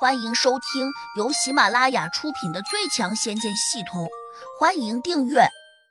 欢迎收听由喜马拉雅出品的《最强仙剑系统》，欢迎订阅。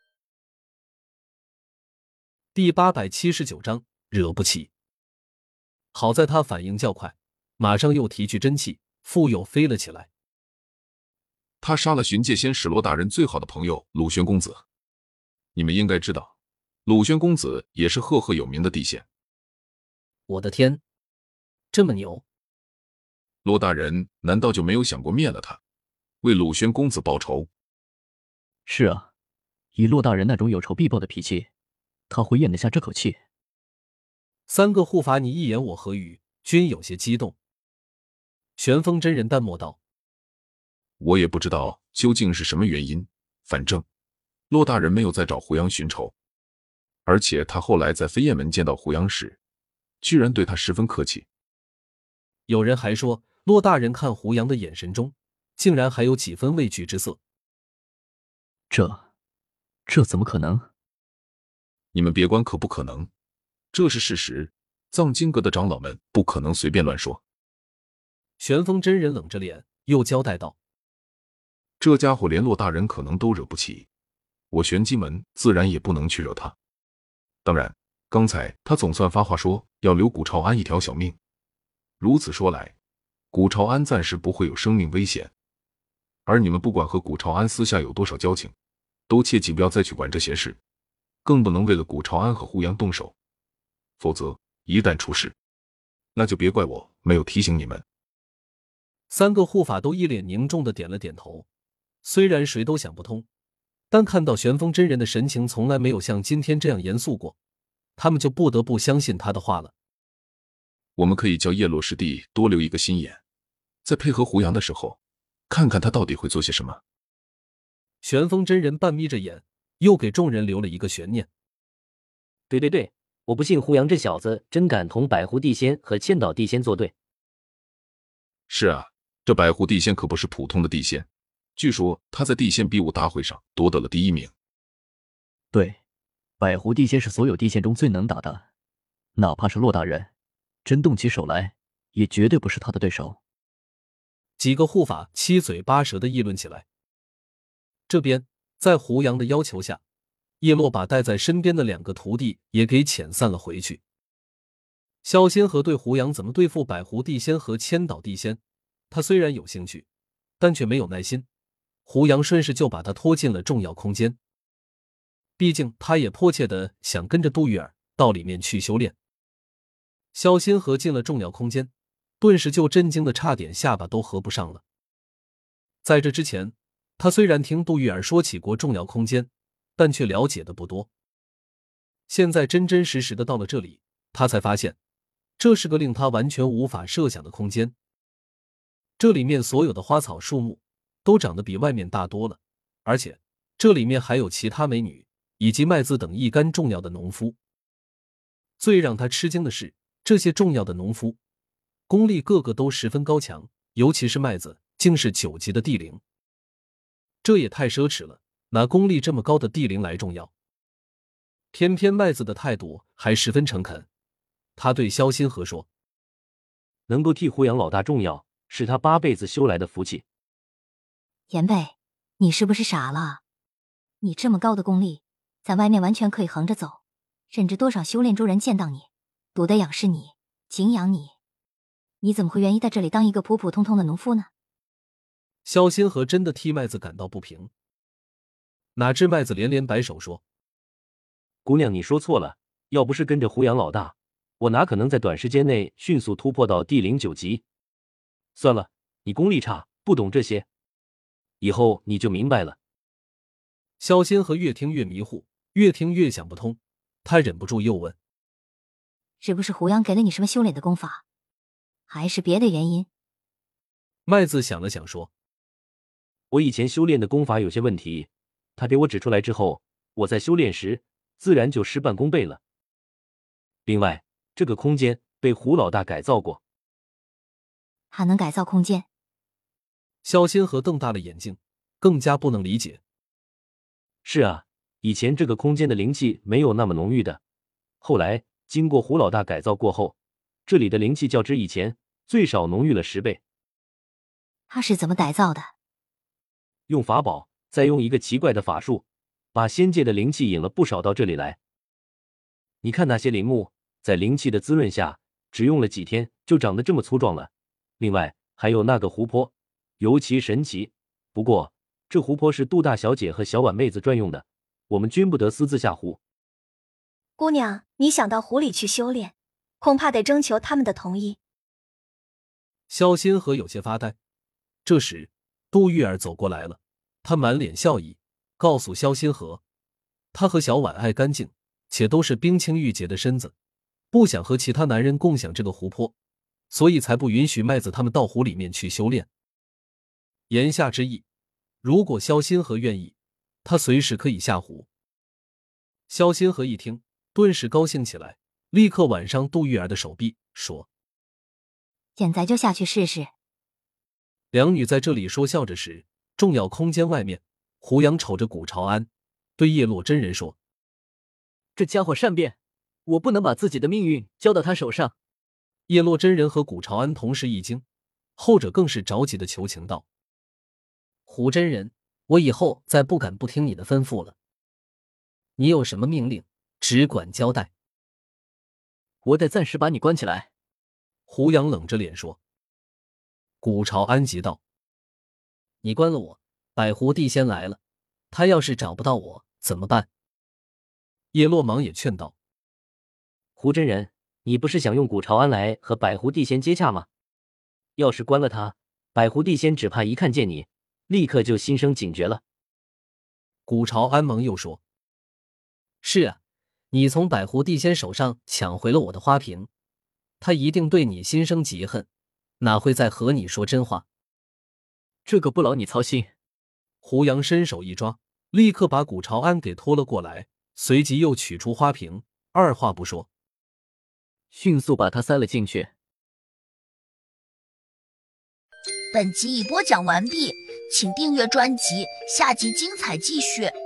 第879章，惹不起。好在他反应较快，马上又提去真气，复又飞了起来。 他杀了巡界仙史罗大人最好的朋友鲁轩公子。你们应该知道，鲁轩公子也是赫赫有名的地仙。 我的天，这么牛！ 罗大人难道就没有想过灭了他，为鲁轩公子报仇？ 是啊，以骆大人那种有仇必报的脾气，他会咽得下这口气。 三个护法你一言我和语，均有些激动。玄风真人淡漠道： 我也不知道究竟是什么原因，反正骆大人没有再找胡杨寻仇，而且他后来在飞燕门见到胡杨时，居然对他十分客气。 有人还说，骆大人看胡杨的眼神中，竟然还有几分畏惧之色。 这怎么可能？ 你们别管可不可能，这是事实，藏经阁的长老们不可能随便乱说。 玄风真人冷着脸，又交代道： 这家伙连骆大人可能都惹不起，我玄机门自然也不能去惹他。当然，刚才他总算发话说要留古朝安一条小命，如此说来，古朝安暂时不会有生命危险。而你们不管和古朝安私下有多少交情，都切记不要再去管这些事，更不能为了古朝安和胡杨动手，否则一旦出事，那就别怪我没有提醒你们。 三个护法都一脸凝重的点了点头，虽然谁都想不通，但看到玄风真人的神情从来没有像今天这样严肃过，他们就不得不相信他的话了。 我们可以叫叶落师弟多留一个心眼，在配合胡杨的时候，看看他到底会做些什么。 玄风真人半眯着眼，又给众人留了一个悬念。 对，我不信胡杨这小子真敢同百狐地仙和千岛地仙作对。 是啊，这百狐地仙可不是普通的地仙，据说他在地仙比武大会上夺得了第1名。 对，百狐地仙是所有地仙中最能打的，哪怕是骆大人真动起手来，也绝对不是他的对手。 几个护法七嘴八舌的议论起来。这边在胡杨的要求下，叶落把带在身边的2个徒弟也给遣散了回去。萧仙河对胡杨怎么对付百狐地仙和千岛地仙，他虽然有兴趣，但却没有耐心。胡杨顺势就把他拖进了重要空间，毕竟他也迫切的想跟着杜玉儿到里面去修炼。萧仙河进了重要空间，顿时就震惊的差点下巴都合不上了。在这之前，他虽然听杜玉儿说起过重要空间，但却了解的不多。现在真真实实的到了这里，他才发现这是个令他完全无法设想的空间。这里面所有的花草树木都长得比外面大多了，而且这里面还有其他美女以及麦子等一干重要的农夫。最让他吃惊的是，这些重要的农夫功力个个都十分高强，尤其是麦子竟是9级的地灵。这也太奢侈了，拿功力这么高的地灵来重要。偏偏麦子的态度还十分诚恳，他对萧星河说： 能够替胡杨老大重要，是他8辈子修来的福气。 言辈，你是不是傻了？你这么高的功力，在外面完全可以横着走，甚至多少修炼中人见到你，都得仰视你，敬仰你。你怎么会愿意在这里当一个普普通通的农夫呢？ 萧星河真的替麦子感到不平，哪知麦子连连摆手说： 姑娘，你说错了，要不是跟着胡杨老大，我哪可能在短时间内迅速突破到地灵9级。算了，你功力差，不懂这些，以后你就明白了。 萧仙河越听越迷糊，越听越想不通，他忍不住又问： 是不是胡杨给了你什么修炼的功法，还是别的原因？ 麦子想了想说： 我以前修炼的功法有些问题，他给我指出来之后，我在修炼时自然就事半功倍了。另外，这个空间被胡老大改造过。 还能改造空间？ 萧仙河瞪大了眼睛，更加不能理解。 是啊，以前这个空间的灵气没有那么浓郁的，后来经过胡老大改造过后，这里的灵气较之以前最少浓郁了10倍。 他是怎么改造的？ 用法宝，再用一个奇怪的法术，把仙界的灵气引了不少到这里来。你看那些林木，在灵气的滋润下，只用了几天就长得这么粗壮了。另外还有那个湖泊，尤其神奇。不过这湖泊是杜大小姐和小婉妹子专用的，我们均不得私自下湖。 姑娘，你想到湖里去修炼，恐怕得征求他们的同意。 萧心河有些发呆。这时杜玉儿走过来了，她满脸笑意，告诉萧心河，她和小婉爱干净，且都是冰清玉洁的身子，不想和其他男人共享这个湖泊，所以才不允许麦子他们到湖里面去修炼。言下之意，如果萧心河愿意，他随时可以下湖。萧心河一听，顿时高兴起来，立刻挽上杜玉儿的手臂，说： 现在就下去试试。 两女在这里说笑着时，重要空间外面，胡杨瞅着古朝安，对叶落真人说： 这家伙善变，我不能把自己的命运交到他手上。 叶落真人和古朝安同时一惊，后者更是着急的求情道：胡真人，我以后再不敢不听你的吩咐了。你有什么命令，只管交代。 我得暂时把你关起来。 胡杨冷着脸说。古朝安急道：你关了我，百狐帝仙来了，他要是找不到我怎么办？叶落忙也劝道： 胡真人，你不是想用古朝安来和百狐帝仙接洽吗？要是关了他，百狐帝仙只怕一看见你，立刻就心生警觉了。 古朝安忙又说：是啊，你从百狐帝仙手上抢回了我的花瓶，他一定对你心生嫉恨，哪会再和你说真话？ 这个不劳你操心。 胡杨伸手一抓，立刻把古朝安给拖了过来，随即又取出花瓶，二话不说， 迅速把它塞了进去。 本集已播讲完毕，请订阅专辑，下集精彩继续。